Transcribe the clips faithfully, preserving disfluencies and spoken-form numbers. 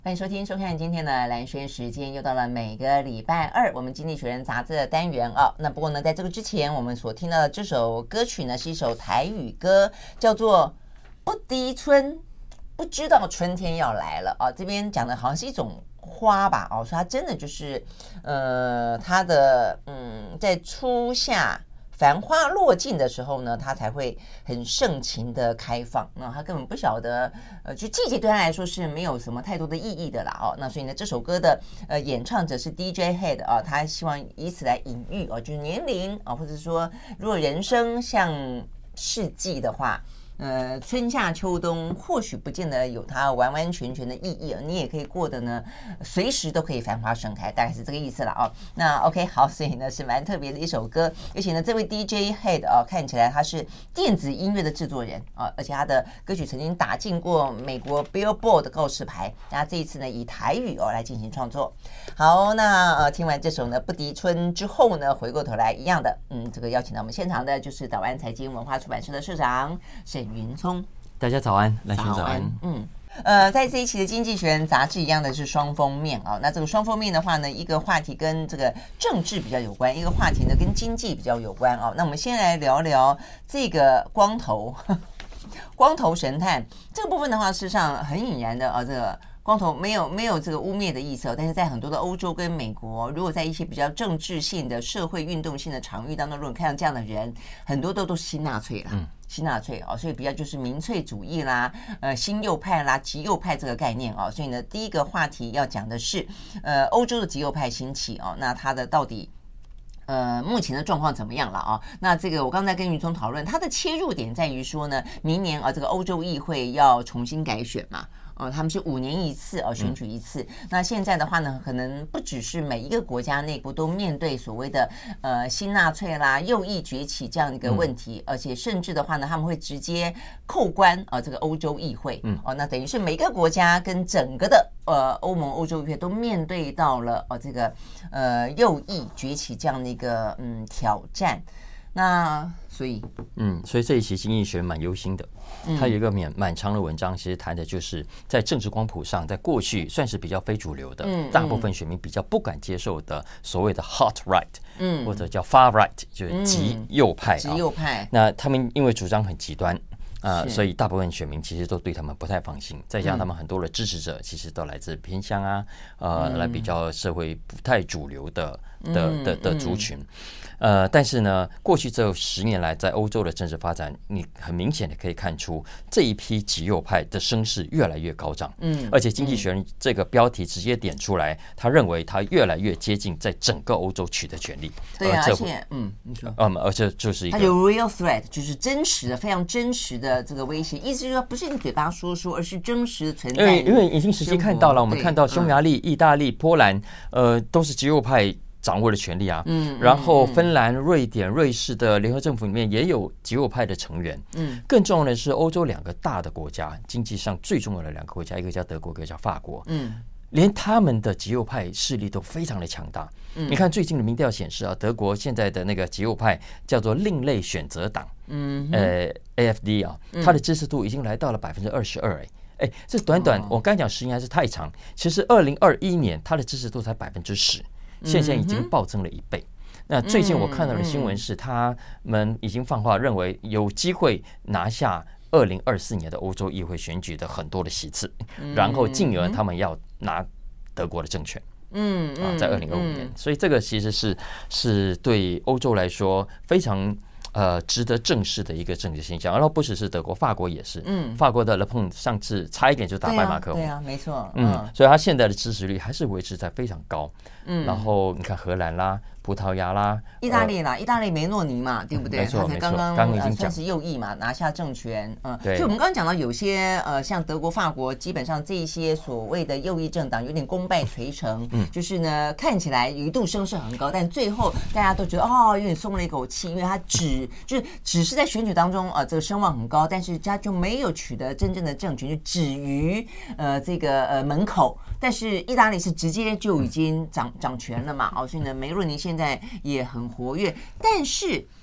欢迎收听收看今天的蓝轩时间，又到了每个礼拜二我们经济学人杂志的单元啊。那不过呢，在这个之前我们所听到的这首歌曲呢，是一首台语歌，叫做不敌春，不知道春天要来了啊。这边讲的好像是一种花吧，哦，说它真的就是呃，它的嗯，在初夏繁花落尽的时候呢，它才会很盛情的开放。那他根本不晓得，呃，就季节对他来说是没有什么太多的意义的啦。哦，那所以呢，这首歌的呃演唱者是 D J Head 啊，他希望以此来隐喻哦，就是年龄啊，或者说如果人生像世纪的话。呃，春夏秋冬或许不见得有它完完全全的意义，你也可以过得呢，随时都可以繁花盛开，大概是这个意思了哦。那 OK 好，所以呢是蛮特别的一首歌，而且呢这位 D J Head 啊，看起来他是电子音乐的制作人啊，而且他的歌曲曾经打进过美国 Billboard 的告示牌，那这一次呢以台语哦来进行创作。好，那呃听完这首呢不敌春之后呢，回过头来一样的，嗯，这个邀请到我们现场的就是早安财经文化出版社的社长沈云聪。 大家早安，蓝轩早安。 嗯，呃，在这一期的《经济学人》杂志一样的是双封面啊、哦。那这个双封面的话呢，一个话题跟这个政治比较有关，一个话题呢跟经济比较有关啊、哦。那我们先来聊聊这个光头，光头神探这个部分的话，事实上很引然的啊、哦，这个。光头没有没有这个污蔑的意思，但是在很多的欧洲跟美国，如果在一些比较政治性的社会运动性的场域当中，如果看到这样的人，很多都都是新纳粹啦，嗯，新纳粹哦，所以比较就是民粹主义啦，呃，新右派啦，极右派这个概念哦，所以呢，第一个话题要讲的是，呃，欧洲的极右派兴起哦，那它的到底。呃，目前的状况怎么样了啊？那这个我刚才跟云聪讨论，它的切入点在于说呢，明年啊，这个欧洲议会要重新改选嘛。呃，他们是五年一次哦，选举一次。嗯、那现在的话呢，可能不只是每一个国家内部都面对所谓的呃新纳粹啦、右翼崛起这样一个问题，嗯、而且甚至的话呢，他们会直接扣关啊、呃、这个欧洲议会。嗯，哦，那等于是每个国家跟整个的呃欧盟、欧洲议会都面对到了哦这个呃右翼崛起这样的一个嗯挑战。那所以， 嗯，所以这一期经济学蛮忧心的。它有一个蛮蛮长的文章，其实谈的就是在政治光谱上，在过去算是比较非主流的，嗯、大部分选民比较不敢接受的所谓的 hot right，嗯，或者叫 far right， 就是极右派、啊嗯。极右派。那他们因为主张很极端。啊、呃，所以大部分选民其实都对他们不太放心，再加上他们很多的支持者其实都来自偏乡啊，呃，嗯、来比较社会不太主流的的的的族群，呃，但是呢，过去这十年来在欧洲的政治发展，你很明显的可以看出这一批极右派的声势越来越高涨，嗯，而且《经济学人》这个标题直接点出来，他认为他越来越接近在整个欧洲取得权力， 对啊，而且嗯，你说， 嗯，而且就是一个， 它有 real threat， 就是真实的、非常真实的。这个威胁，意思就是说，不是你嘴巴说说，而是真实的存在。因为因为已经实际看到了，我们看到匈牙利、意大利、波兰，呃，都是极右派掌握了权力啊。嗯。然后芬兰、瑞典、瑞士的联合政府里面也有极右派的成员。嗯。更重要的是，欧洲两个大的国家，经济上最重要的两个国家，一个叫德国，一个叫法国。嗯。连他们的极右派势力都非常的强大。嗯、你看最近的民调显示啊，德国现在的那个极右派叫做另类选择党，嗯，呃 ，A F D 啊，它的支持度已经来到了百分之二十二，哎，哎，这短短、哦、我刚讲时间还是太长，其实二零二一年它的支持度才百分之十，现在已经暴增了一倍。嗯、那最近我看到的新闻是，他们已经放话认为有机会拿下二零二四年的欧洲议会选举的很多的席次，嗯、然后进而他们要拿德国的政权。嗯啊，在二零二五年，嗯、所以这个其实是是对欧洲来说非常呃值得正视的一个政治现象。然后不只是德国，法国也是。嗯，法国的勒蓬上次差一点就打败马克龙。 对啊，没错。 嗯，嗯所以他现在的支持率还是维持在非常高。嗯，然后你看荷兰啦。葡萄牙啦， 意大利啦，呃、意大利梅诺尼嘛，对不对？ 没错， 他才刚刚刚刚呃算是右翼嘛，拿下政权。嗯，所以我们刚刚讲到有些呃，像德国、法国，基本上这一些所谓的右翼政党有点功败垂成，嗯，就是呢看起来一度声势很高，但最后大家都觉得哦，有点松了一口气，因为他只就是只是在选举当中呃这个声望很高，但是他就没有取得真正的政权，就止于呃这个呃门口。但是意大利是直接就已经掌掌权了嘛，哦，所以呢梅洛尼现在也很活跃，但是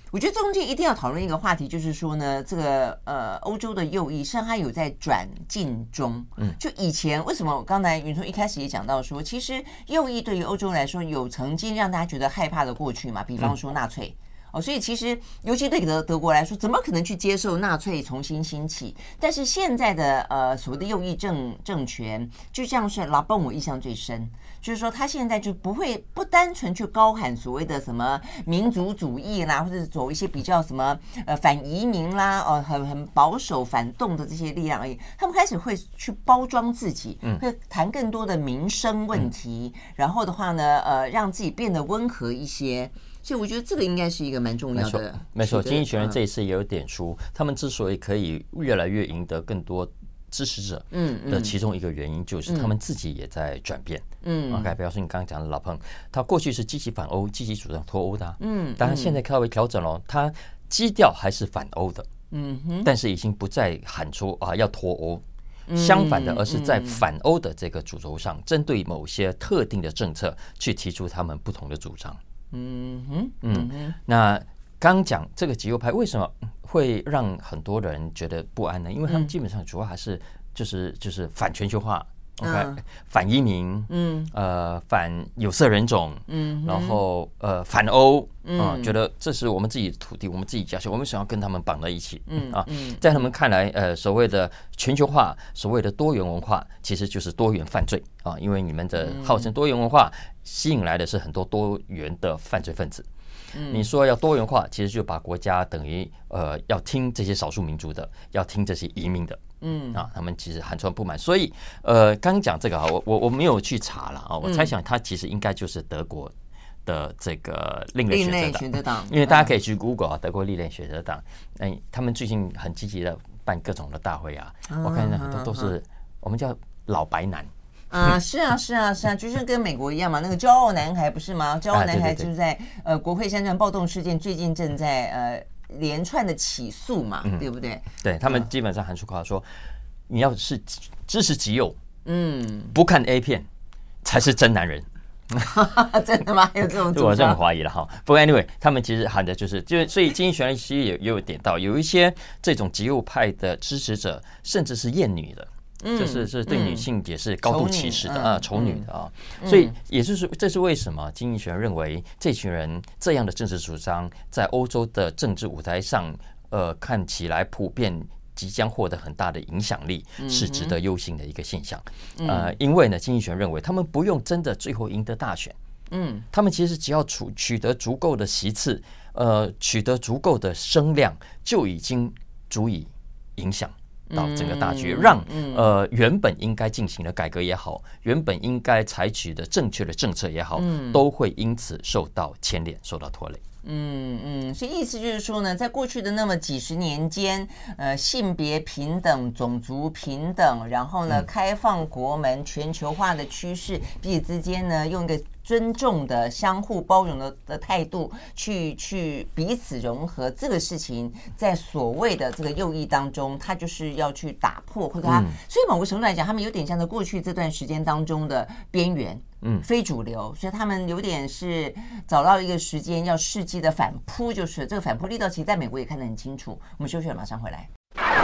我觉得中间一定要讨论一个话题，就是说呢，这个呃欧洲的右翼，实际上它有在转进中。嗯，就以前为什么刚才云聪一开始也讲到说，其实右翼对于欧洲来说有曾经让大家觉得害怕的过去嘛，比方说纳粹。嗯哦，所以其实，尤其对德德国来说，怎么可能去接受纳粹重新兴起？但是现在的呃所谓的右翼政政权，就像是拉崩，我印象最深，就是说他现在就不会不单纯去高喊所谓的什么民族主义啦，或者是走一些比较什么呃反移民啦，哦很很保守反动的这些力量而已，他们开始会去包装自己，会谈更多的民生问题，嗯、然后的话呢，呃，让自己变得温和一些。所以我觉得这个应该是一个蛮重要的。 没错，经济学人这一次也有点出，嗯、他们之所以可以越来越赢得更多支持者的其中一个原因，就是他们自己也在转变。嗯 ，OK， 比方说你刚刚讲的老彭，他过去是积极反欧、积极主张脱欧的、啊，嗯，但他现在稍微调整了，他基调还是反欧的，嗯哼，但是已经不再喊出啊要脱欧。相反的，而是在反欧的这个主轴上，针对某些特定的政策去提出他们不同的主张。嗯哼，嗯哼，那刚讲这个极右派为什么会让很多人觉得不安呢？因为他们基本上主要还是就是就是反全球化 ，OK，、嗯、反移民，嗯，呃，反有色人种，嗯，然后呃反欧，嗯、呃，觉得这是我们自己的土地，我们自己家乡，我们想要跟他们绑在一起，嗯啊，在他们看来，呃，所谓的全球化，所谓的多元文化，其实就是多元犯罪啊，因为你们的号称多元文化。吸引来的是很多多元的犯罪分子。嗯、你说要多元化，其实就把国家等于呃要听这些少数民族的，要听这些移民的。嗯啊，他们其实喊出不满。所以呃，刚讲这个啊，我我我没有去查了啊，我猜想它其实应该就是德国的这个另类选择党，因为大家可以去 Google 啊，德国另类选择党，哎，他们最近很积极的办各种的大会啊，嗯、我看很多都是、嗯、我们叫老白男。 啊，是啊，是啊，是啊，就是跟美国一样嘛，那个骄傲男孩不是吗？骄傲男孩就是在、啊、对对对呃国会山庄暴动事件最近正在呃连串的起诉嘛，嗯、对不对？ 对他们基本上喊出口号说，你要是支持极右，嗯，不看 A 片才是真男人。 真的吗？有这种主张？ 我是很怀疑了哈。不过 anyway， 他们其实喊的就是，就所以经济学人其实也也有点到，有一些这种极右派的支持者，甚至是厌女的。就是是对女性也是高度歧视的、嗯、啊，丑女的啊，嗯、所以也就是这是为什么经济学人认为这群人这样的政治主张在欧洲的政治舞台上，呃，看起来普遍即将获得很大的影响力，是值得忧心的一个现象。嗯、呃，因为呢，经济学人认为他们不用真的最后赢得大选，嗯，他们其实只要取取得足够的席次，呃，取得足够的声量，就已经足以影响到整个大局，让呃原本应该进行的改革也好，原本应该采取的正确的政策也好，都会因此受到牵连，受到拖累。 嗯嗯，所以意思就是说呢，在过去的那么几十年间，呃，性别平等、种族平等，然后呢，开放国门、全球化的趋势，彼此之间呢，用一个尊重的、相互包容的的态度去去彼此融合，这个事情在所谓的这个右翼当中，它就是要去打破，或者它，嗯、所以某个程度来讲，他们有点像在过去这段时间当中的边缘。嗯，非主流，所以他们有点是找到一个时间要伺机的反扑，就是这个反扑力道，其实在美国也看得很清楚。我们休息了，马上回来。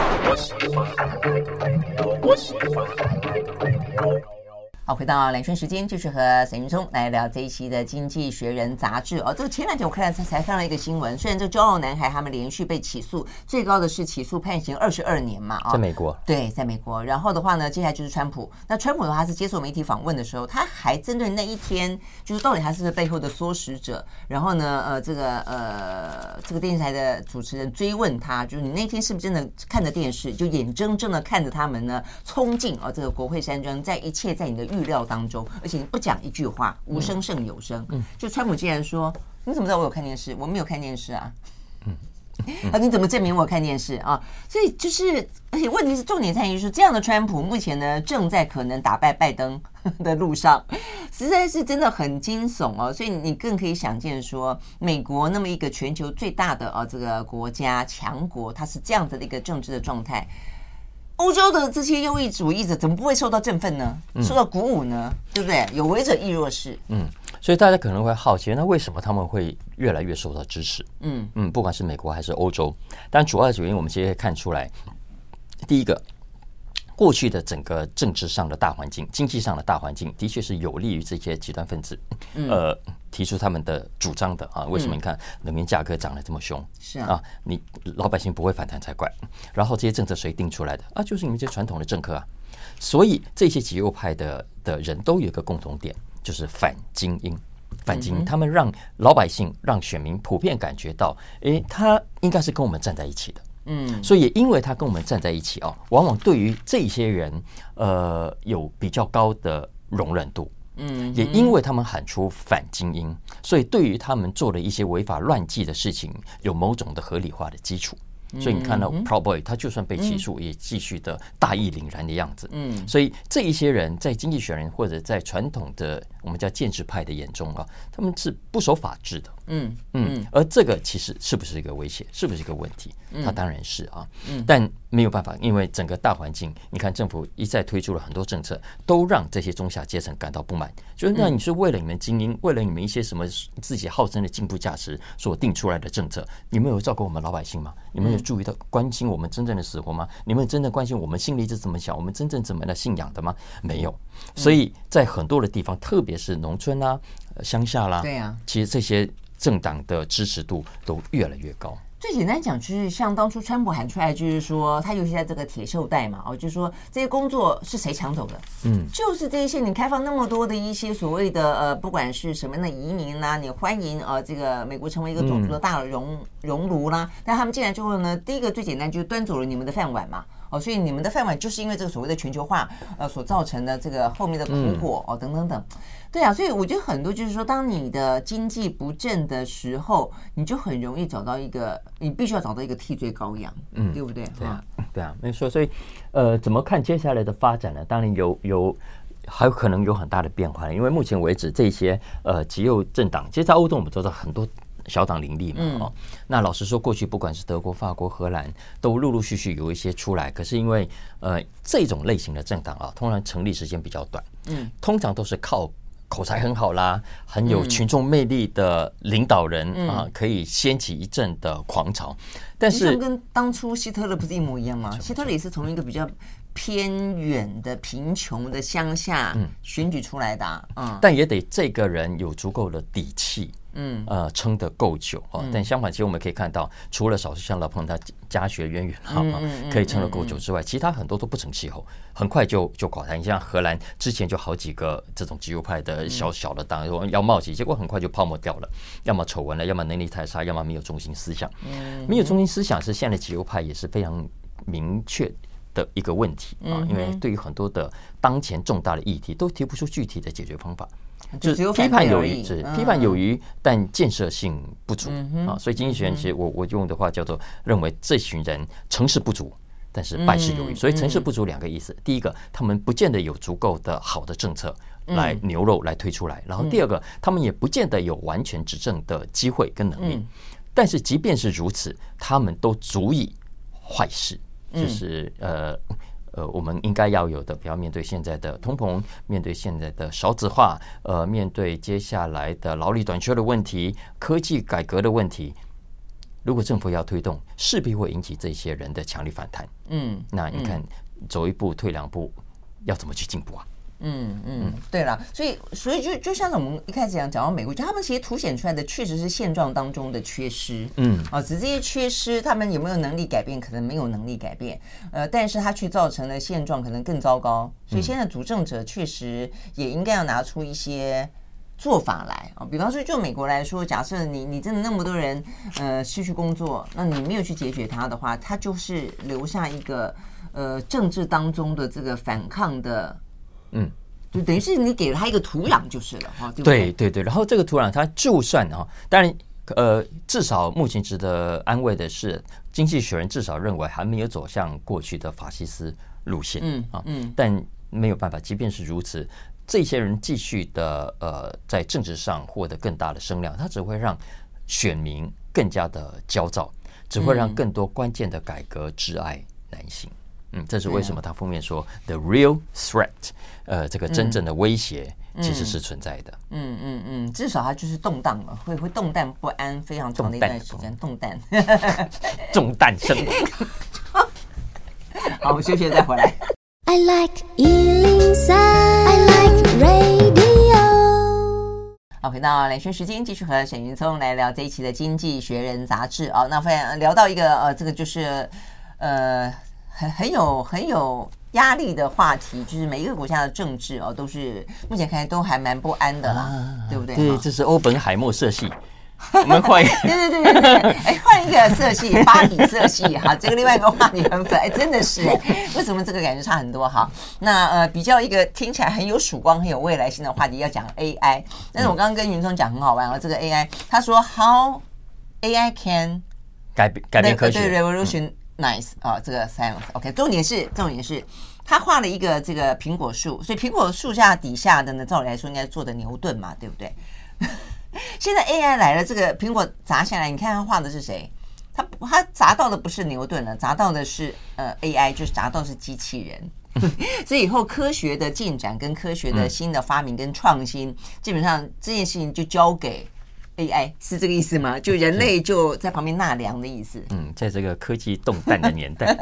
好，回到蓝轩时间，继续和沈云聪来聊这一期的《经济学人》杂志哦。这个前两天我看了才看到一个新闻，虽然这个骄傲男孩他们连续被起诉，最高的是起诉判刑二十二年嘛， 在美国， 对，在美国。然后的话呢，接下来就是川普。那川普的话，他是接受媒体访问的时候，他还针对那一天，就是到底他是不是背后的唆使者。然后呢，呃，这个呃，这个电视台的主持人追问他，就是你那天是不是真的看着电视，就眼睁睁的看着他们呢冲进啊、哦、这个国会山庄，在一切在你的预料当中，而且你不讲一句话，无声胜有声。嗯，就川普竟然说：“你怎么知道我有看电视？我没有看电视啊。”嗯，啊，你怎么证明我有看电视啊？所以就是，而且问题是重点在于说，这样的川普目前呢，正在可能打败拜登的路上，实在是真的很惊悚哦。所以你更可以想见说，美国那么一个全球最大的啊这个国家强国，它是这样子的一个政治的状态。欧洲的这些右翼主义者怎么不会受到振奋呢？受到鼓舞呢？对不对？有为者亦若是。 嗯， 所以大家可能会好奇，那为什么他们会越来越受到支持？嗯嗯，不管是美国还是欧洲，但主要的原因我们其实可以看出来，第一个。过去的整个政治上的大环境、经济上的大环境，的确是有利于这些极端分子，嗯、呃，提出他们的主张的啊。为什么？你看能源价格涨得这么凶， 是啊， 你老百姓不会反弹才怪。然后这些政策谁定出来的啊？就是你们这些传统的政客啊。所以这些极右派的的人都有一个共同点，就是反精英。反精英，他们让老百姓、让选民普遍感觉到，哎，他应该是跟我们站在一起的。嗯，所以也因为他跟我们站在一起啊，往往对于这些人，呃，有比较高的容忍度。嗯，也因为他们喊出反精英，所以对于他们做的一些违法乱纪的事情，有某种的合理化的基础。所以你看到 Proud Boy 他就算被起诉，也继续的大义凛然的样子。嗯，所以这一些人在经济学人或者在传统的我们叫建制派的眼中啊，他们是不守法治的。嗯嗯，而这个其实是不是一个威胁，是不是一个问题？它当然是啊，但没有办法，因为整个大环境，你看政府一再推出了很多政策，都让这些中下阶层感到不满。就是那你是为了你们精英，为了你们一些什么自己号称的进步价值所定出来的政策，你们有照顾我们老百姓吗？你们有注意到关心我们真正的死活吗？你们真的关心我们心里是怎么想，我们真正怎么的信仰的吗？没有。所以在很多的地方，特别是农村啦、乡下啦， 对啊， 其实这些政党的支持度都越来越高。 最简单讲，就是像当初川普喊出来，就是说他尤其在这个铁锈带嘛，哦，就是说这些工作是谁抢走的？嗯，就是这些你开放那么多的一些所谓的呃，不管是什么样的移民啦，你欢迎呃这个美国成为一个种族的大熔熔炉啦，但他们进来之后呢，第一个最简单就是端走了你们的饭碗嘛。哦，所以你们的饭碗就是因为这个所谓的全球化呃所造成的这个后面的苦果哦等等等，对啊，所以我觉得很多就是说，当你的经济不振的时候，你就很容易找到一个，你必须要找到一个替罪羔羊，嗯，对不对？ 对啊，对啊，没错。所以呃，怎么看接下来的发展呢？当然有有还有可能有很大的变化，因为目前为止这些呃极右政党，其实在欧洲我们知道很多。小党林立嘛，哦，那老实说，过去不管是德国、法国、荷兰，都陆陆续续有一些出来。可是因为呃这种类型的政党啊，通常成立时间比较短，嗯，通常都是靠口才很好啦，很有群众魅力的领导人啊，可以掀起一阵的狂潮。但是跟当初希特勒不是一模一样吗？希特勒也是从一个比较偏远的贫穷的乡下选举出来的，啊嗯， 但也得这个人有足够的底气。嗯，呃，撑得够久哦。但相反，其实我们可以看到，除了少数像老彭他家学渊源哈，可以撑得够久之外，其他很多都不成气候，很快就就垮台。你像荷兰之前就好几个这种极右派的小小的党要冒起，结果很快就泡沫掉了，要么丑闻了，要么能力太差，要么没有中心思想。没有中心思想是现在极右派也是非常明确的一个问题啊，因为对于很多的当前重大的议题都提不出具体的解决方法。就是批判有余，是批判有余，但建设性不足啊。所以经济学人其实我我用的话叫做认为这群人成事不足，但是败事有余。所以成事不足两个意思：第一个，他们不见得有足够的好的政策来牛肉来推出来；然后第二个，他们也不见得有完全执政的机会跟能力。但是即便是如此，他们都足以坏事，就是呃。呃，我们应该要有的，比方面对现在的通膨，面对现在的少子化，呃，面对接下来的劳力短缺的问题、科技改革的问题，如果政府要推动，势必会引起这些人的强力反弹。嗯，那你看，走一步退两步，要怎么去进步啊？ 嗯嗯，对了，所以所以就就像我们一开始讲讲到美国，就他们其实凸显出来的确实是现状当中的缺失，嗯，啊，只是这些缺失，他们有没有能力改变？可能没有能力改变，呃，但是它却造成了现状可能更糟糕，所以现在主政者确实也应该要拿出一些做法来啊，比方说就美国来说，假设你你真的那么多人呃失去工作，那你没有去解决它的话，它就是留下一个呃政治当中的这个反抗的。嗯，就等于是你给了他一个土壤就是了哈，对不对？ 对对对，然后这个土壤它就算啊，当然呃，至少目前值得安慰的是，经济学人至少认为还没有走向过去的法西斯路线，嗯啊，嗯，但没有办法，即便是如此，这些人继续的呃在政治上获得更大的声量，它只会让选民更加的焦躁，只会让更多关键的改革窒碍难行。嗯，这是为什么他封面说 "The real threat"， 呃，这个真正的威胁其实是存在的。 嗯嗯嗯，至少它就是动荡了，会会动荡不安非常长的一段时间，动荡， 重诞生。 好，我们休息再回来。 I like 一零三 I like radio。 好，回到蓝轩时间，继续和沈云聪来聊这一期的《经济学人》杂志啊。那非常聊到一个呃，这个就是呃，很很有很有压力的话题，就是每一个国家的政治哦，都是目前看来都还蛮不安的啦，啊、对不对？ 对，这是欧本海默色系。我们换一个， 对对对对对，哎，换一个色系，芭比色系哈，这个另外一个话题很粉，哎，真的是哎，为什么这个感觉差很多哈？那呃，比较一个听起来很有曙光、很有未来性的话题，要讲 A I。但是我刚刚跟云聪讲很好玩哦，这个 A I， 他说 How A I can 改变改变科学， 对 revolutionize 啊、哦，这个 science。OK， 重点是重点是。他画了一个这个苹果树，所以苹果树下底下的呢，照理来说应该做的牛顿嘛，对不对？现在 A I 来了，这个苹果砸下来，你看他画的是谁？他他砸到的不是牛顿了，砸到的是呃 A I， 就是砸到的是机器人。所以以后科学的进展跟科学的新的发明跟创新，嗯、基本上这件事情就交给 A I， 是这个意思吗？就人类就在旁边纳凉的意思。 嗯，在这个科技动荡的年代。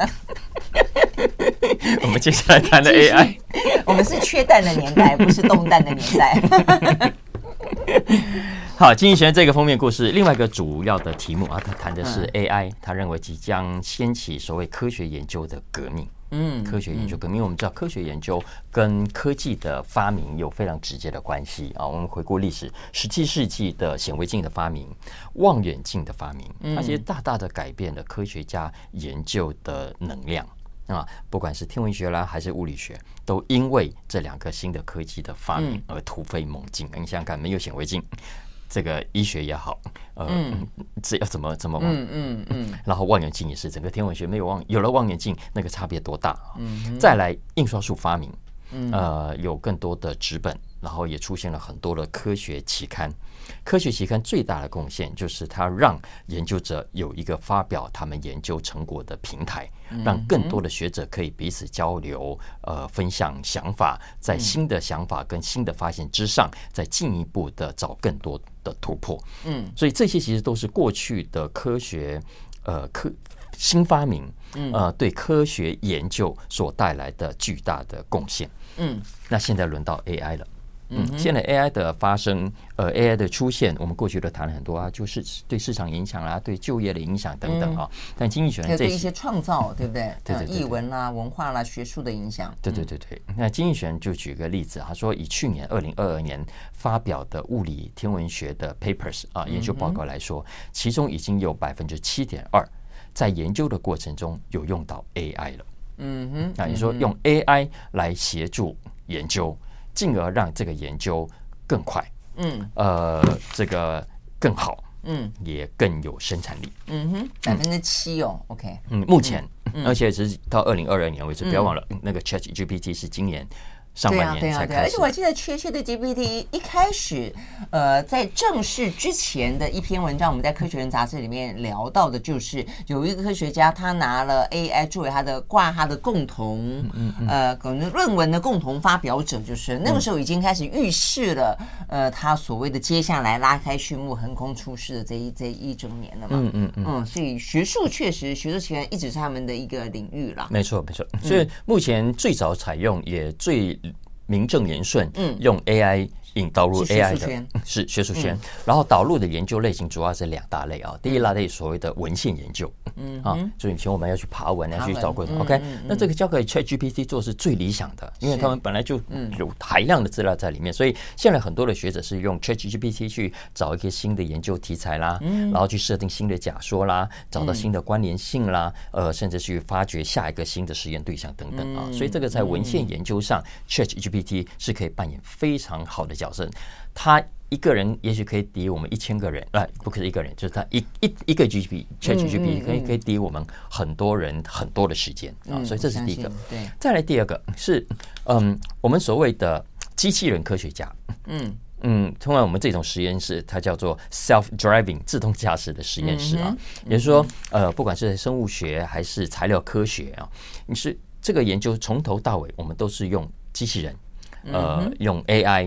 我们接下来谈的 A I， 我们是缺蛋的年代，不是动蛋的年代。 好，经济学这个封面故事，另外一个主要的题目啊，他谈的是 A I， 他认为即将掀起所谓科学研究的革命。嗯，科学研究革命，因为我们知道科学研究跟科技的发明有非常直接的关系啊。我们回顾历史，十七世纪的显微镜的发明、望远镜的发明，那些大大的改变了科学家研究的能量。啊，不管是天文学啦还是物理学，都因为这两个新的科技的发明而突飞猛进。嗯、你想想看，没有显微镜，这个医学也好，呃，嗯、这要怎么怎么望？嗯嗯嗯。然后望远镜也是，整个天文学没有望，有了望远镜，那个差别多大？嗯。再来，印刷术发明，呃，有更多的纸本，然后也出现了很多的科学期刊。科学期刊最大的贡献就是它让研究者有一个发表他们研究成果的平台，让更多的学者可以彼此交流，呃，分享想法，在新的想法跟新的发现之上，再进一步的找更多的突破。嗯，所以这些其实都是过去的科学，呃，科新发明，呃，对科学研究所带来的巨大的贡献。嗯，那现在轮到 A I 了。嗯，现在 A I 的发生，呃 ，A I 的出现，我们过去都谈了很多啊，就是对市场影响啦，对就业的影响等等啊。嗯、但经济学人这对一些创造，对不对？ 对对对， 译文啦、文化啦、学术的影响。 对对对对。那经济学人就举个例子，他说以去年二零二二年发表的物理天文学的 papers 啊研究报告来说，嗯、其中已经有百分之七点二在研究的过程中有用到 A I 了。嗯哼，那你说用 A I 来协助研究。进而让这个研究更快，嗯，呃，这个更好，嗯，也更有生产力， 嗯哼，百分之七哦 ，OK， 嗯，目前，嗯、而且只是到二零二二年为止，嗯、不要忘了，那个 ChatGPT 是今年上半年才开始， 而且我记得确切的 G P T 一开始，呃，在正式之前的一篇文章，我们在《科学人》杂志里面聊到的，就是有一个科学家他拿了 A I 作为他的挂他的共同，嗯嗯呃，可能论文的共同发表者，就是那个时候已经开始预示了，呃，他所谓的接下来拉开序幕、横空出世的这一这一整年了嘛，嗯嗯嗯，嗯，所以学术确实，学术期刊一直是他们的一个领域啦， 没错没错，所以目前最早采用也最名正言顺，嗯，用 A I 引导入 A I 的是学术圈，嗯、然后导入的研究类型主要是两大类啊。第一大类所谓的文献研究，嗯啊，所以以前我们要去爬文，要去找过、嗯、，OK，、嗯、那这个交给 ChatGPT 做是最理想的，因为他们本来就有海量的资料在里面，所以现在很多的学者是用 ChatGPT 去找一些新的研究题材啦，嗯、然后去设定新的假说啦，找到新的关联性啦，呃，甚至去发掘下一个新的实验对象等等啊。嗯、所以这个在文献研究上、嗯、，ChatGPT 是可以扮演非常好的角色，他一个人也许可以抵我们一千个人，哎，不是一个人，就是他一一一个 G P T，ChatGPT 可以可以抵我们很多人很多的时间啊，所以这是第一个。对，再来第二个是，嗯，我们所谓的机器人科学家，嗯嗯，通常我们这种实验室，它叫做 self-driving 自动驾驶的实验室啊，也就是说，呃，不管是生物学还是材料科学啊，你是这个研究从头到尾，我们都是用机器人。呃，用 A I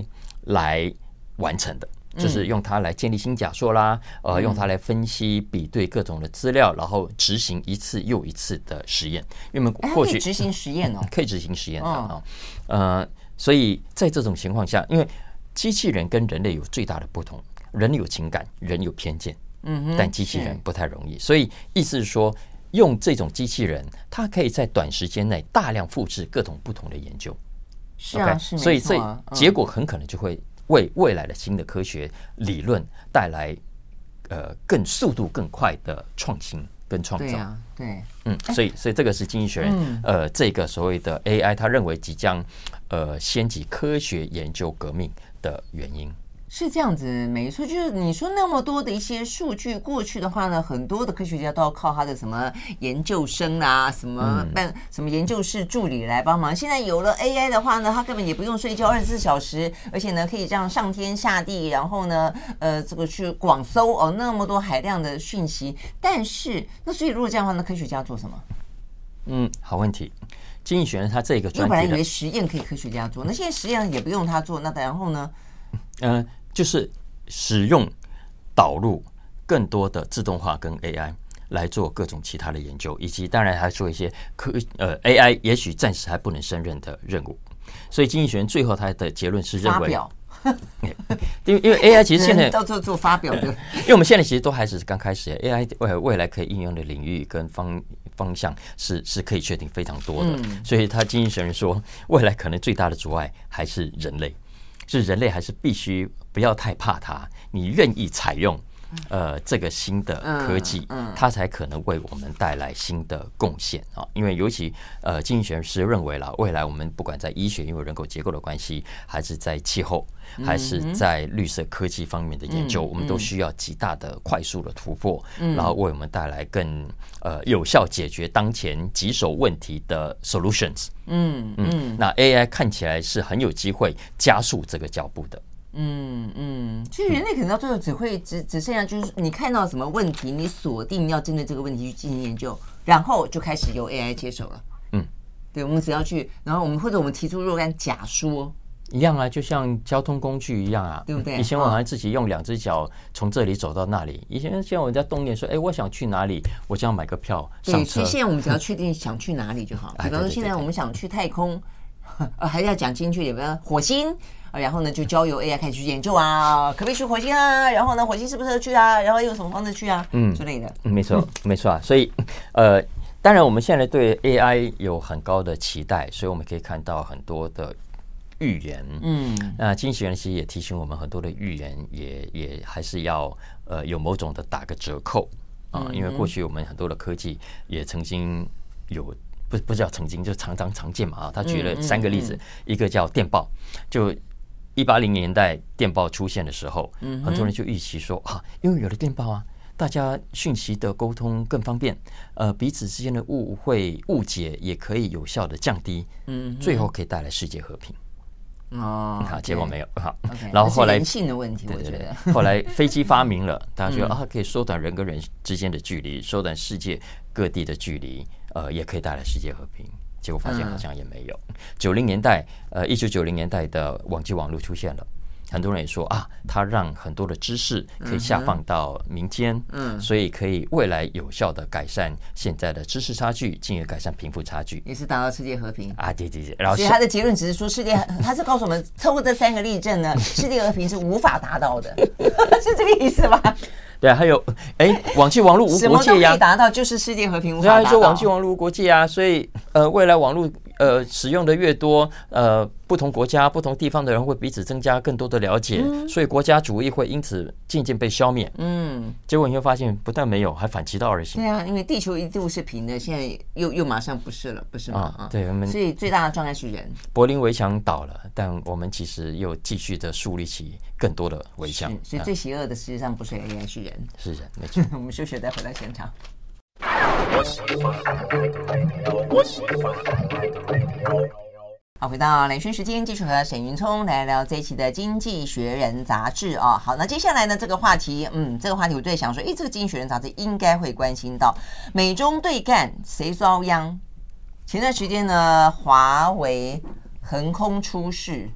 来完成的。就是用它来建立新假说啦，呃，用它来分析、比对各种的资料，然后执行一次又一次的实验。因为我们过去、 欸、可以执行实验哦， 可以执行实验的啊、哦。呃，所以在这种情况下，因为机器人跟人类有最大的不同，人有情感，人有偏见，嗯，但机器人不太容易。所以意思是说，用这种机器人，它可以在短时间内大量复制各种不同的研究。 是啊， okay? 是没错啊， 所以这结果很可能就会为未来的新的科学理论带来呃更速度更快的创新跟创造。对啊，对， 嗯，所以所以这个是经济学人、嗯、呃这个所谓的 A I， 他认为即将呃掀起科学研究革命的原因。 是这样子，没错，就是你说那么多的一些数据，过去的话呢，很多的科学家都要靠他的什么研究生啊，什么办、嗯、什么研究室助理来帮忙。现在有了 A I 的话呢，他根本也不用睡觉二十四小时，而且呢可以这样上天下地，然后呢呃这个去广搜哦那么多海量的讯息。但是那所以如果这样的话，那科学家做什么？ 嗯，好问题。经济学人他这个专题， 我本来以为实验可以科学家做，那现在实验也不用他做，那然后呢？ 嗯、呃，就是使用导入更多的自动化跟 A I 来做各种其他的研究，以及当然还做一些科呃 A I 也许暂时还不能胜任的任务。所以经济学人最后他的结论是认为，因为因为 A I 其实现在到处做发表的， 因为我们现在其实都还是刚开始 ，A I 未未来可以应用的领域跟方方向是是可以确定非常多的。嗯、所以他经济学人说，未来可能最大的阻碍还是人类。是人类还是必须不要太怕它，你愿意采用呃这个新的科技，它才可能为我们带来新的贡献啊！因为尤其呃经济学是认为啦，未来我们不管在医学，因为人口结构的关系，还是在气候，还是在绿色科技方面的研究，我们都需要极大的快速的突破，然后为我们带来更呃有效解决当前棘手问题的 solutions。嗯嗯，那 A I 看起来是很有机会加速这个脚步的。 嗯嗯，其实人类可能到最后只会只只剩下就是你看到什么问题，你锁定要针对这个问题去进行研究，然后就开始由 A I 接手了。嗯，对，我们只要去，然后我们或者我们提出若干假说。 一样啊，就像交通工具一样啊， 对不对？ 以前我好像自己用两只脚从这里走到那里。以前像我在动念说，哎，我想去哪里，我这样买个票上车。 对，其实现在我们只要确定想去哪里就好。比方说，现在我们想去太空，呃，还是要讲精确点，比方火星，然后呢就交由 A I 开始去研究啊，可不可以去火星啊？然后呢，火星适不适合去啊？然后用什么方式去啊？嗯，之类的。 没错，没错啊。所以，呃，当然我们现在对 A I 有很高的期待，所以我们可以看到很多的预言，嗯，那经济学人其实也提醒我们，很多的预言也也还是要呃有某种的打个折扣啊、呃，因为过去我们很多的科技也曾经有不不叫曾经，就常常常见嘛啊。他举了三个例子，嗯嗯嗯、一个叫电报，就一八零年代电报出现的时候，嗯、很多人就预期说啊，因为有了电报啊，大家讯息的沟通更方便，呃，彼此之间的误会误解也可以有效的降低，嗯，最后可以带来世界和平。哦，好，结果没有好。 Okay, 然后后来人性的问题，我觉得后来飞机发明了，大家觉得啊，可以缩短人跟人之间的距离，缩短世界各地的距离，呃，也可以带来世界和平。结果发现好像也没有。九零年代，呃，一九九零年代的网际网络出现了。很多人也说啊，它让很多的知识可以下放到民间，嗯，所以可以未来有效的改善现在的知识差距，进而改善贫富差距， 也是达到世界和平啊！对对对，然后所以他的结论只是说世界，他是告诉我们，透过这三个例证呢，世界和平是无法达到的，是这个意思吧？ 对啊，还有哎，网际网络无国界呀，什么都可以达到，就是世界和平无法达到。 他说网际网络无国界啊，所以呃，未来网络呃使用的越多，呃，不同国家、不同地方的人会彼此增加更多的了解，嗯、所以国家主义会因此渐渐被消灭。嗯，结果你会发现，不但没有，还反其道而行。 对啊，因为地球一度是平的，现在又又马上不是了，不是吗？ 啊，对，我们所以最大的障碍是人。 柏林围墙倒了，但我们其实又继续的树立起更多的围墙。 所以最邪恶的实际上不是 A I， 是人。 是人，没错。 我们休息再回到现场。好，回到雷讯时间，继续和沈云聪来聊这一期的《经济学人》杂志啊。好，那接下来呢，这个话题，嗯，这个话题我就在想说，哎，这个《经济学人》杂志应该会关心到美中对干谁遭殃？前段时间呢，华为横空出世，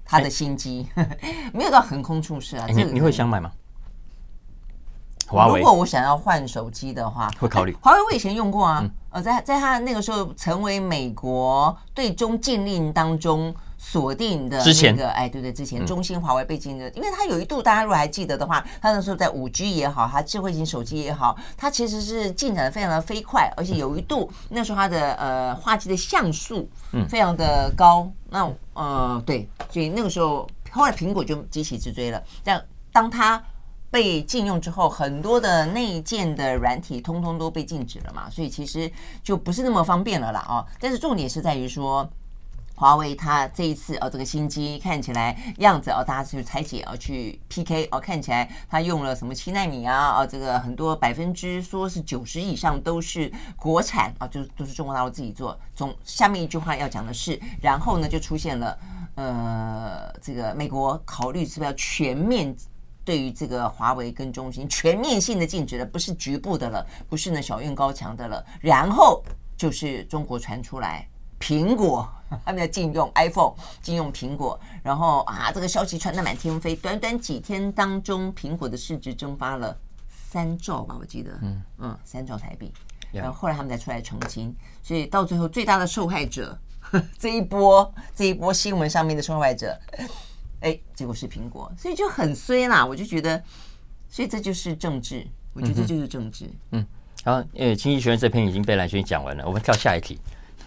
它的新机，没有到横空出世啊。 你你会想买吗？华为， 如果我想要换手机的话， 会考虑。 华为我以前用过啊，嗯、呃，在在它那个时候成为美国对中禁令当中锁定的那个，哎，对对，之前中兴、华为被禁的，嗯、因为它有一度大家如果还记得的话，它那时候在五 G 也好，它智慧型手机也好，它其实是进展的非常的飞快，而且有一度那时候它的呃画机的像素非常的高，嗯、那呃对，所以那个时候后来苹果就急起直追了，但当它被禁用之后，很多的内建的软体通通都被禁止了嘛，所以其实就不是那么方便了啦哦。但是重点是在于说，华为它这一次哦，这个新机看起来样子哦，大家去拆解哦，去 P K 哦，看起来它用了什么七奈米啊，哦，这个很多百分之说是九十以上都是国产啊，就都是中国大陆自己做。总下面一句话要讲的是，然后呢就出现了呃，这个美国考虑是不是要全面。对于这个华为跟中兴全面性的禁止了，不是局部的了，不是呢小院高墙的了，然后就是中国传出来苹果他们要禁用 iPhone， 禁用苹果，然后啊这个消息传得满天飞，短短几天当中，苹果的市值蒸发了三兆吧，我记得，嗯嗯，三兆台币，然后后来他们才出来澄清，所以到最后最大的受害者，这一波这一波新闻上面的受害者。哎，结果是苹果，所以就很衰啦。我就觉得，所以这就是政治，我觉得这就是政治。 嗯，然后呃，经济学人这篇已经被蓝轩讲完了，我们跳下一题。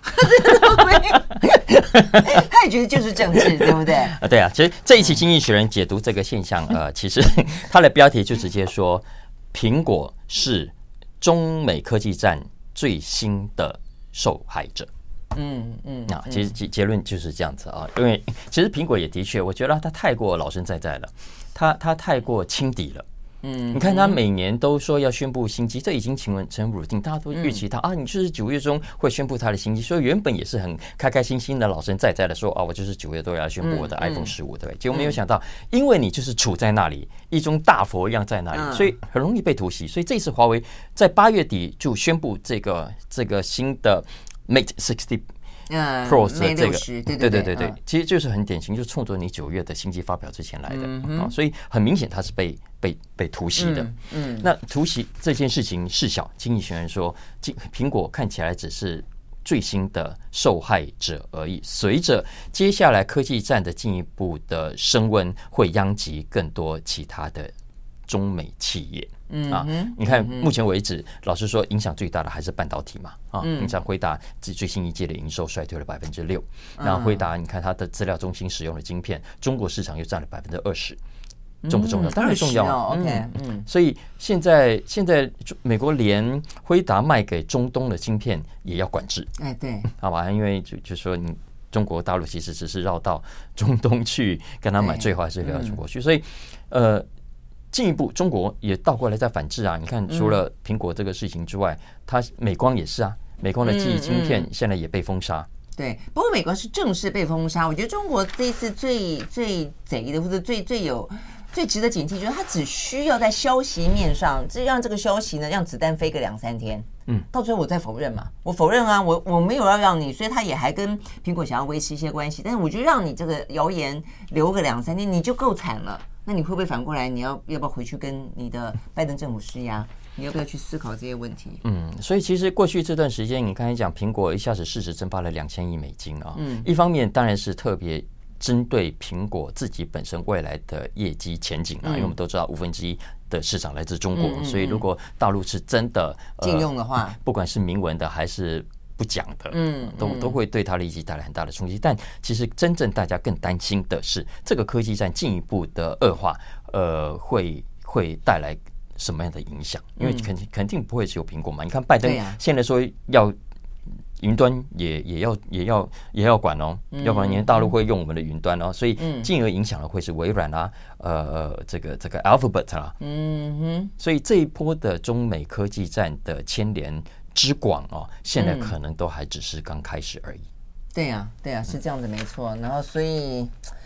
他也觉得就是政治，对不对？ 啊，对啊。其实这一期经济学人解读这个现象，呃，其实他的标题就直接说，苹果是中美科技战最新的受害者。嗯嗯，那其实结结论就是这样子啊，因为其实苹果也的确，我觉得它太过老神在在了，它它太过轻敌了。嗯，你看它每年都说要宣布新机，这已经成为成为 routine， 大家都预期它、嗯、啊，你就是九月中会宣布它的新机，所以原本也是很开开心心的老神在在的说啊，我就是九月都要宣布我的 iPhone 十五、嗯，对不对？结果没有想到，因为你就是处在那里，一尊大佛一样在那里，所以很容易被突袭。所以这次华为在八月底就宣布这个这个新的 Mate 六十。 嗯 Pro 的这个， 对对对对对，其实就是很典型，就是冲着你九月的新机发表之前来的、嗯啊、所以很明显它是被被被突袭的。嗯，嗯那突袭这件事情事小，经济学人说，苹果看起来只是最新的受害者而已。随着接下来科技战的进一步的升温，会殃及更多其他的中美企业。嗯啊，你看，目前为止，老实说，影响最大的还是半导体嘛。啊，你像辉达最新一届的营收衰退了百分之六，然后辉达，你看它的资料中心使用的晶片，中国市场又占了百分之二十，重不重要？当然重要啊。 OK， 嗯， 所以现在现在美国连辉达卖给中东的晶片也要管制。 哎，对， 好吧，因为就就说你中国大陆其实只是绕到中东去跟他买，最后还是流到中国去，所以呃。进一步，中国也倒过来在反制啊！你看，除了苹果这个事情之外，它美光也是啊，美光的记忆晶片现在也被封杀。 对，不过美光是正式被封杀。我觉得中国这一次最最贼的，或者最最有最值得警惕，就是它只需要在消息面上，这让这个消息呢，让子弹飞个两三天。嗯，到最后我再否认嘛，我否认啊，我我没有要让你，所以他也还跟苹果想要维持一些关系，但是我觉得让你这个谣言留个两三天，你就够惨了。那你会不会反过来，你要要不要回去跟你的拜登政府施压？你要不要去思考这些问题？ 嗯，所以其实过去这段时间，你刚才讲苹果一下子市值蒸发了两千亿美金啊。嗯，一方面当然是特别针对苹果自己本身未来的业绩前景啊，因为我们都知道五分之一的市场来自中国，嗯嗯嗯，所以如果大陆是真的禁用的话， 不管是明文的还是不讲的，嗯，都都会对它的业绩带来很大的冲击。但其实真正大家更担心的是，这个科技战进一步的恶化，呃，会会带来什么样的影响？因为肯定肯定不会只有苹果嘛。你看拜登现在说要云端也也要也要也要管哦，要不然连大陆会用我们的云端哦，所以进而影响的会是微软啊，呃，这个这个 Alphabet 啊，嗯哼，所以这一波的中美科技战的牵连之广哦，现在可能都还只是刚开始而已。 对呀、啊，对呀、啊，是这样的，没错。然后所以。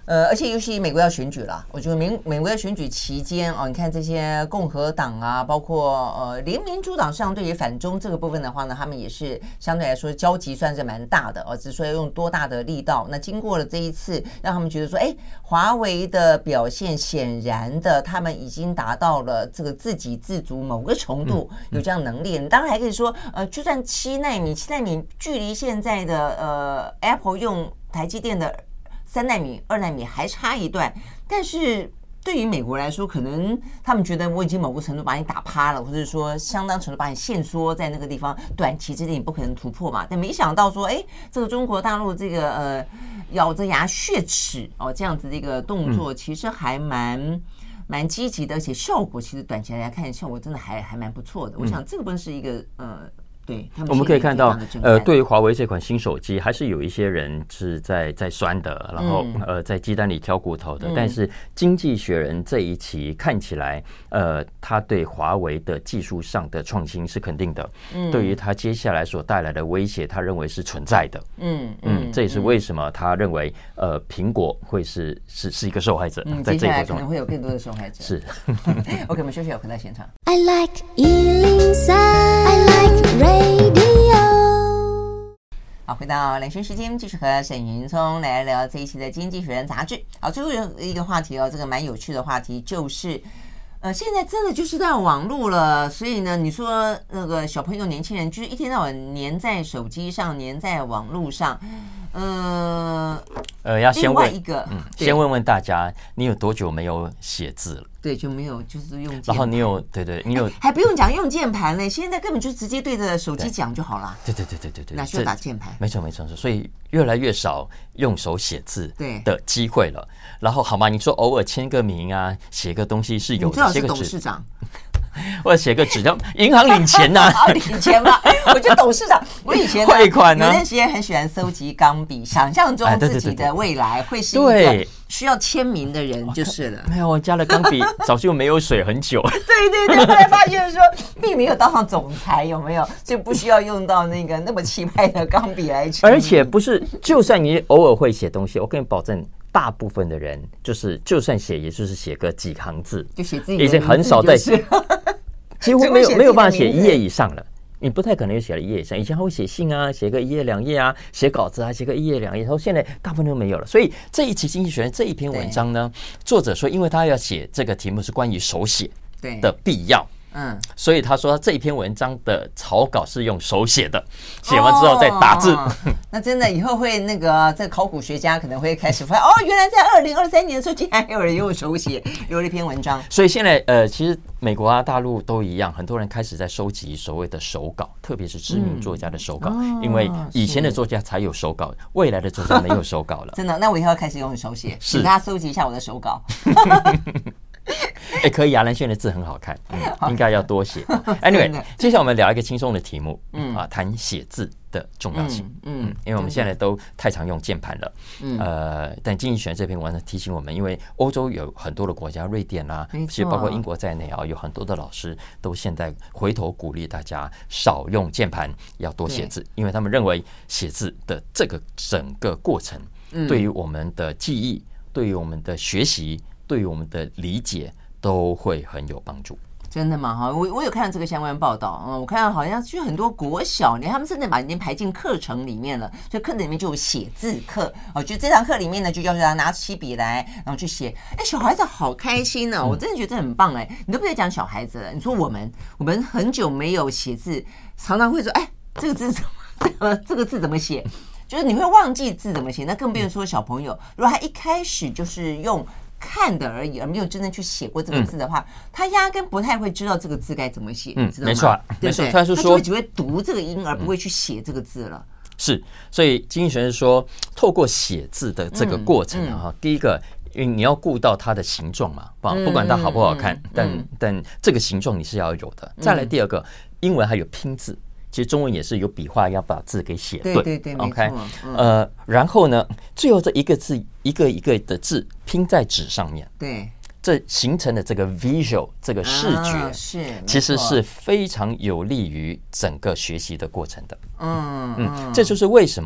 呃，而且尤其美国要选举了，我觉得美美国要选举期间哦，你看这些共和党啊，包括呃连民主党上对于反中这个部分的话呢，他们也是相对来说交集算是蛮大的哦，只是说要用多大的力道。那经过了这一次，让他们觉得说，哎，华为的表现显然的，他们已经达到了这个自给自足某个程度，有这样能力。你当然还可以说，呃，就算七奈米，七奈米距离现在的呃 Apple 用台积电的三奈米、二奈米还差一段，但是对于美国来说，可能他们觉得我已经某个程度把你打趴了，或者说相当程度把你限缩在那个地方，短期之内你不可能突破嘛。但没想到说，哎，这个中国大陆这个呃咬着牙血齿哦这样子的一个动作，其实还蛮。蛮积极的，而且效果其实短期来看，效果真的还还蛮不错的。我想这个部分是一个呃。对， 我们可以看到，呃，对于华为这款新手机，还是有一些人是在在酸的，然后、嗯、呃，在鸡蛋里挑骨头的。嗯、但是《经济学人》这一期看起来，呃，他对华为的技术上的创新是肯定的。嗯，对于他接下来所带来的威胁，他认为是存在的。嗯嗯，这也是为什么他认为，呃，苹果会是是是一个受害者， 嗯、在这一波中可能会有更多的受害者。 是。 OK， 我们休息，回到现场。 I like 一零三 I like radio。 好，回到两圈时间，继续和沈云聪来聊这一期的《经济学人》杂志。好，最后一个话题哦，这个蛮有趣的话题就是，呃，现在真的就是在网络了，所以呢，你说那个小朋友、年轻人，就是一天到晚黏在手机上，黏在网络上。呃呃，要先问一个， 嗯，先问问大家，你有多久没有写字了？ 对，就没有，就是用键盘。 然后你有，对对，你有， 还不用讲用键盘呢，现在根本就直接对着手机讲就好了。 对对对对对对， 哪需要打键盘？ 没错没错，所以越来越少用手写字的机会了。然后好吗？你说偶尔签个名啊，写个东西是有的， 你最好是董事长。 或者写个纸条，银行领钱呐、啊， 领钱嘛。我觉得董事长，我以前汇款呢， 有段时间很喜欢搜集钢笔，想象中自己的未来会是一个需要签名的人就是了。 没有，我家的钢笔早就没有水很久。 对对对，后来发现说并没有当上总裁，有没有？所以不需要用到那个那么气派的钢笔来签。 而且不是，就算你偶尔会写东西，我跟你保证。大部分的人就是就算写，也就是写个几行字， 就写自己的名字， 已经很少在写，几乎没有没有办法写一页以上了。你不太可能有写了一页以上，以前还会写信啊，写个一页两页啊，写稿子啊，写个一页两页，然后现在大部分都没有了。所以这一期《经济学人》这一篇文章呢，作者说，因为他要写这个题目是关于手写的必要。嗯，所以他说这一篇文章的草稿是用手写的，写完之后再打字。哦、 那真的以后会那个这个考古学家可能会开始发现，哦，原来在二零二三年的时候，竟然还有人用手写留了一篇文章。 所以现在呃，其实美国啊、大陆都一样，很多人开始在收集所谓的手稿，特别是知名作家的手稿，嗯哦、因为以前的作家才有手稿，未来的作家没有手稿了。 真的，那我以后要开始用手写，请大家搜集一下我的手稿。 哎，可以啊，蓝轩的字很好看，嗯、应该要多写。Anyway， 接下来我们聊一个轻松的题目，嗯啊，谈写字的重要性。嗯，嗯因为我们现在都太常用键盘了。嗯，呃，但经济学这篇文章提醒我们，因为欧洲有很多的国家，瑞典啊，其实包括英国在内啊，有很多的老师都现在回头鼓励大家少用键盘，要多写字，因为他们认为写字的这个整个过程，对于我们的记忆，对于我们的学习。对于我们的理解都会很有帮助。 真的吗？哈，我我有看到这个相关报道，嗯，我看到好像就很多国小，连他们甚至把已经排进课程里面了，所以课程里面就有写字课哦，就这堂课里面呢，就要求他拿起笔来，然后去写。哎，小孩子好开心呢、哦，我真的觉得很棒哎。你都不要讲小孩子了，你说我们，我们很久没有写字，常常会说，哎，这个字怎么，这个字怎么写？就是你会忘记字怎么写，那更不用说小朋友，如果他一开始就是用。看的而已，而没有真正去写过这个字的话，嗯、他压根不太会知道这个字该怎么写，嗯，知道吗？ 没错， 对不对？ 他是说， 他就会只会读这个音，而不会去写这个字了。嗯、 是，所以经济学是说，透过写字的这个过程啊，嗯嗯、第一个，因为你要顾到它的形状嘛，不管它好不好看，嗯、但、嗯、但这个形状你是要有的。再来第二个，英文还有拼字。其实中文也是有笔画，要把字给写对。 对对对 ，OK， 嗯、呃，然后呢，最后这一个字一个一个的字拼在纸上面， 对， 这形成的这个 visual 这个视觉，啊、 是其实是非常有利于整个学习的过程的。嗯嗯，这就是为什么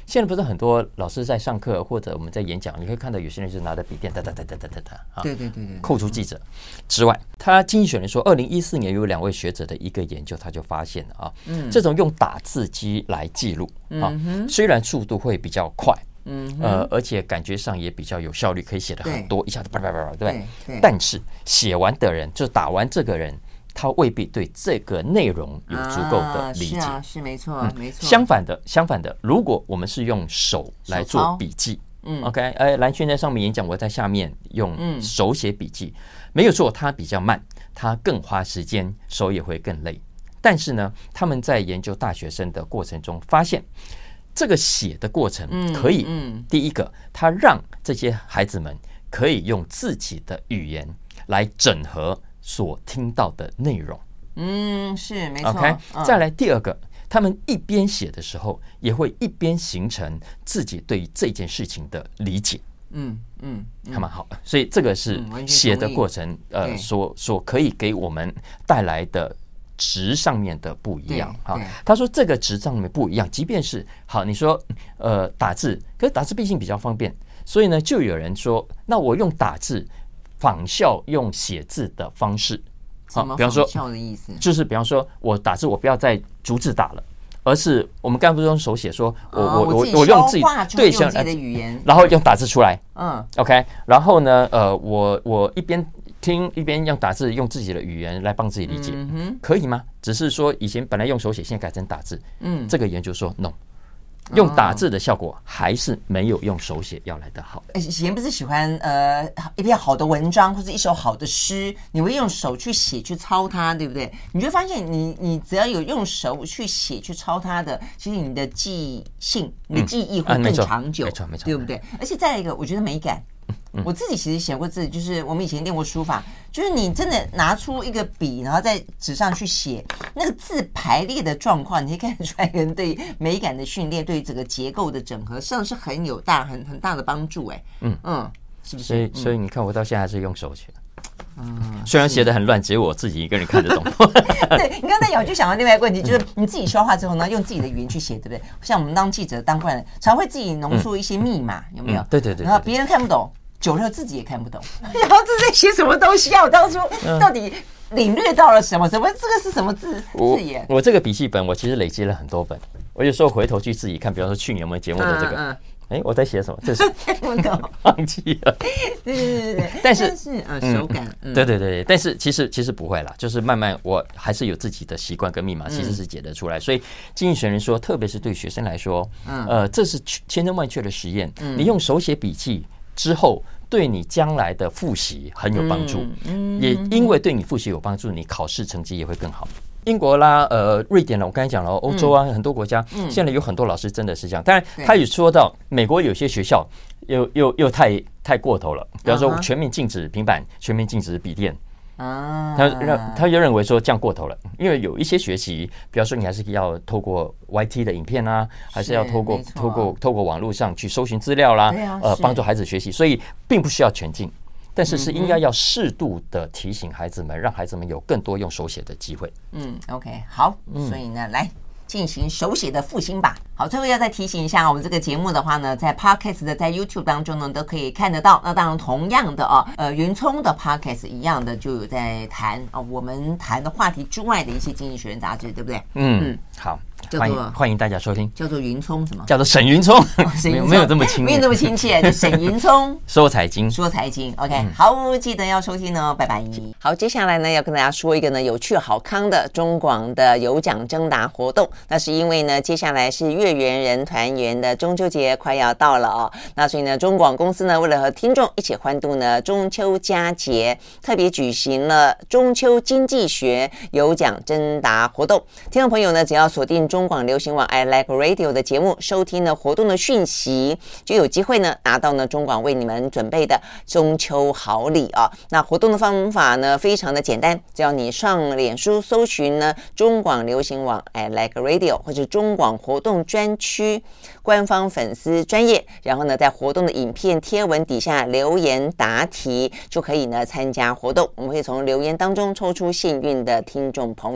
现在不是很多老师在上课或者我们在演讲，你会看到有些人就拿着笔电哒哒哒哒哒哒哒啊， 对对对对， 扣除记者之外，他经济学人说，二零一四年有两位学者的一个研究，他就发现了啊，嗯、这种用打字机来记录啊，嗯、虽然速度会比较快。嗯，呃，而且感觉上也比较有效率，可以写的很多，一下子叭叭叭叭，对不对？但是写完的人，就打完这个人，他未必对这个内容有足够的理解。 啊、是啊，是没错，嗯、没错。 相反的，相反的，如果我们是用手来做笔记，嗯 ，OK， 哎，蓝轩在上面演讲，我在下面用手写笔记，嗯、没有错，它比较慢，它更花时间，手也会更累。但是呢，他们在研究大学生的过程中发现。这个写的过程可以，嗯嗯、第一个，它让这些孩子们可以用自己的语言来整合所听到的内容。 嗯，是没错。 OK，嗯、再来第二个，他们一边写的时候，也会一边形成自己对于这件事情的理解。嗯嗯，还蛮好。所以这个是写的过程，嗯、呃，所所可以给我们带来的。值上面的不一样啊，他说这个值上面不一样，即便是好，你说呃打字，可是打字毕竟比较方便，所以呢，就有人说，那我用打字仿效用写字的方式， 好，比方说，仿效的意思就是比方说我打字，我不要再逐字打了，而是我们刚才不是用手写，说我我我我用自己对用自己的语言， 然后用打字出来，嗯 ，OK， 然后呢，呃，我我一边。听一边用打字，用自己的语言来帮自己理解，嗯、可以吗？只是说以前本来用手写，现在改成打字。嗯，这个研究说 no， 用打字的效果还是没有用手写要来的好。 以前不是喜欢呃一篇好的文章或者一首好的诗，你会用手去写去抄它，对不对？你就发现你你只要有用手去写去抄它的，其实你的记忆性、你的记忆会更长久， 嗯啊、没错没错， 对不对？而且再来一个，我觉得美感。我自己其实写过字，就是我们以前练过书法，就是你真的拿出一个笔，然后在纸上去写，那个字排列的状况，你可以看得出来，人对美感的训练，对于整个结构的整合，实际上是很有大很很大的帮助。哎，嗯嗯，是不是？ 所以所以你看，我到现在还是用手写。嗯，虽然写得很乱，只有我自己一个人看得懂。 对，你刚才讲，就想到另外一个问题，就是你自己消化之后呢，用自己的语言去写，对不对？像我们当记者当惯了，常会自己浓缩一些密码，嗯、有没有？ 嗯、对, 对, 对对对。 然后别人看不懂。久了自己也看不懂，然后这在写什么东西啊？我当初到底领略到了什么？什么这个是什么字字眼？ 我这个笔记本我其实累积了很多本，我有时候回头去自己看，比方说去年我们节目的这个，哎、嗯嗯，我在写什么？这是忘记了。 对对对对， 但是但是呃手感， 嗯、对对对，但是其实其实不会啦，就是慢慢我还是有自己的习惯跟密码，其实是解得出来。嗯、所以经济学人说，特别是对学生来说，嗯、呃，这是千真万确的实验。嗯、你用手写笔记。之后对你将来的复习很有帮助，嗯嗯、也因为对你复习有帮助，你考试成绩也会更好。英国啦，呃，瑞典啦，我刚才讲了，欧洲啊，嗯、很多国家、嗯、现在有很多老师真的是这样。当然，他也说到美国有些学校又又又太太过头了，比方说全面禁止平板，全面禁止笔电。啊，他让他就认为说这样过头了，因为有一些学习，比方说你还是要透过 Y T 的影片啊，还是要透过透过透过网络上去搜寻资料啦，啊、呃，帮助孩子学习，所以并不需要全禁，但是是应该要适度的提醒孩子们，让孩子们有更多用手写的机会。 嗯 ，OK， 好，所以呢，来。进行手写的复兴吧。好，最后要再提醒一下，我们这个节目的话呢，在 Podcast 的在 YouTube 当中呢都可以看得到。那当然，同样的啊，呃，云聪的 Podcast 一样的就有在谈啊，我们谈的话题之外的一些经济学人杂志，对不对？ 嗯嗯，好。欢迎欢迎大家收听， 叫做云聪什么？ 叫做沈云聪，没有没有这么亲， 没有这么亲切，就沈云聪说财经， 说财经。OK，、嗯、好，记得要收听哦，拜拜。好，接下来呢要跟大家说一个呢有趣好康的中广的有奖征答活动。那是因为呢接下来是月圆人团圆的中秋节快要到了哦，那所以呢中广公司呢为了和听众一起欢度呢中秋佳节，特别举行了中秋经济学有奖征答活动。听众朋友呢只要锁定中广流行网 I Like Radio 的节目，收听呢活动的讯息，就有机会呢拿到呢中广为你们准备的中秋好礼啊！那活动的方法呢非常的简单，只要你上脸书搜寻呢中广流行网 I Like Radio 或者中广活动专区官方粉丝专页，然后呢在活动的影片贴文底下留言答题，就可以呢参加活动。我们会从留言当中抽出幸运的听众朋友。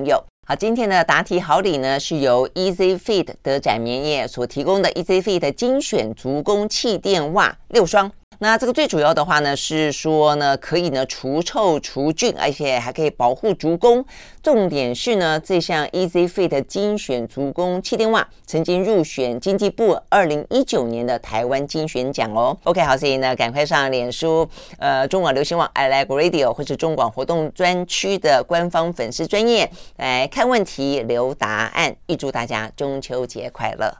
好，今天的答题好礼呢，是由 Easy Fit 德展棉业所提供的 Easy Fit 精选足弓气垫袜六双。那这个最主要的话呢，是说呢，可以呢除臭除菌，而且还可以保护足弓。重点是呢，这项 Easy Fit 精选足弓气垫袜曾经入选经济部二零一九年的台湾精选奖哦。OK， 好，所以呢，赶快上脸书呃中广流行网 I Like Radio 或是中广活动专区的官方粉丝专页来看问题留答案。预祝大家中秋节快乐！